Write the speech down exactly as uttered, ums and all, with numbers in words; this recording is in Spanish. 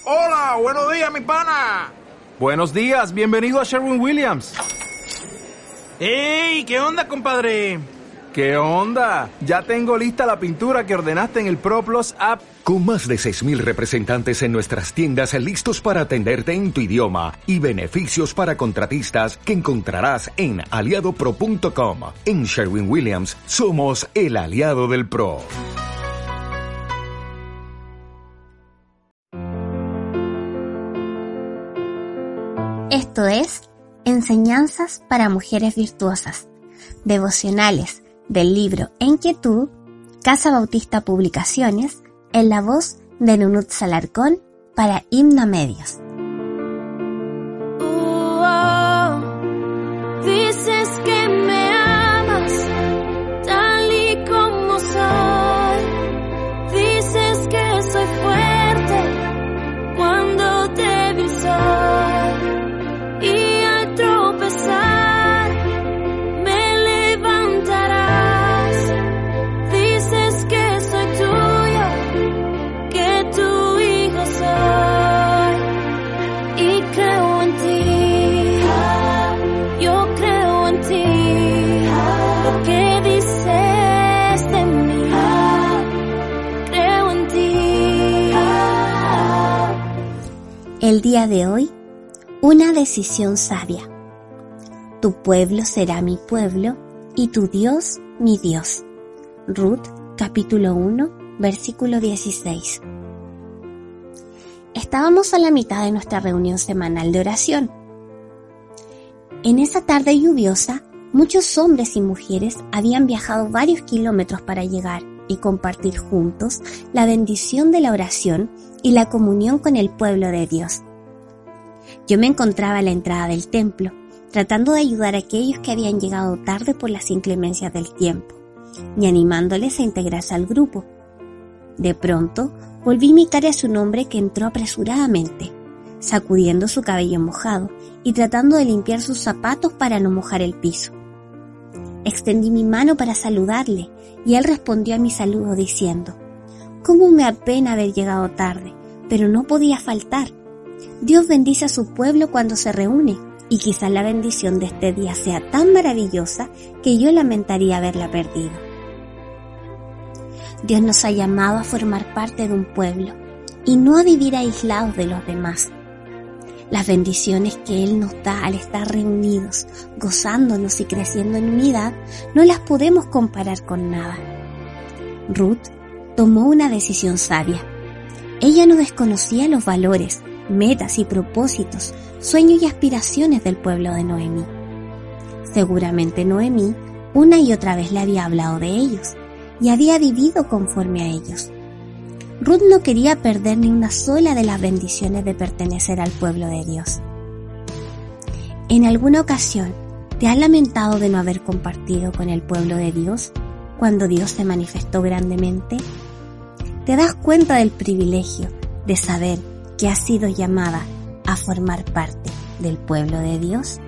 Hola, buenos días, mi pana. Buenos días, bienvenido a Sherwin-Williams. ¡Ey! ¿Qué onda, compadre? ¿Qué onda? Ya tengo lista la pintura que ordenaste en el ProPlus app. Con más de seis mil representantes en nuestras tiendas listos para atenderte en tu idioma y beneficios para contratistas que encontrarás en aliado pro punto com. En Sherwin-Williams somos el aliado del pro. Esto es Enseñanzas para Mujeres Virtuosas, devocionales del libro En Quietud, Casa Bautista Publicaciones, en la voz de Nunut Salarcón para Himna Medios. Uh, oh, dices que me amas tal y como soy. Dices que soy fuerte cuando débil soy. Y al tropezar me levantarás. Dices que soy tuyo, que tu hijo soy. Y creo en ti, yo creo en ti. Lo que dices de mí, creo en ti. El día de hoy, una decisión sabia. Tu pueblo será mi pueblo y tu Dios mi Dios. Ruth, capítulo uno, versículo dieciséis. Estábamos a la mitad de nuestra reunión semanal de oración. En esa tarde lluviosa, muchos hombres y mujeres habían viajado varios kilómetros para llegar y compartir juntos la bendición de la oración y la comunión con el pueblo de Dios. Yo me encontraba a la entrada del templo, tratando de ayudar a aquellos que habían llegado tarde por las inclemencias del tiempo, y animándoles a integrarse al grupo. De pronto, volví mi cara hacia un hombre que entró apresuradamente, sacudiendo su cabello mojado y tratando de limpiar sus zapatos para no mojar el piso. Extendí mi mano para saludarle, y él respondió a mi saludo diciendo: «¿Cómo me apena haber llegado tarde, pero no podía faltar? Dios bendice a su pueblo cuando se reúne, y quizás la bendición de este día sea tan maravillosa que yo lamentaría haberla perdido». Dios nos ha llamado a formar parte de un pueblo y no a vivir aislados de los demás. Las bendiciones que Él nos da al estar reunidos, gozándonos y creciendo en unidad, no las podemos comparar con nada. Ruth tomó una decisión sabia. Ella no desconocía los valores, metas y propósitos, sueños y aspiraciones del pueblo de Noemí. Seguramente Noemí una y otra vez le había hablado de ellos y había vivido conforme a ellos. Ruth no quería perder ni una sola de las bendiciones de pertenecer al pueblo de Dios. ¿En alguna ocasión te has lamentado de no haber compartido con el pueblo de Dios cuando Dios se manifestó grandemente? ¿Te das cuenta del privilegio de saber que has sido llamada a formar parte del pueblo de Dios?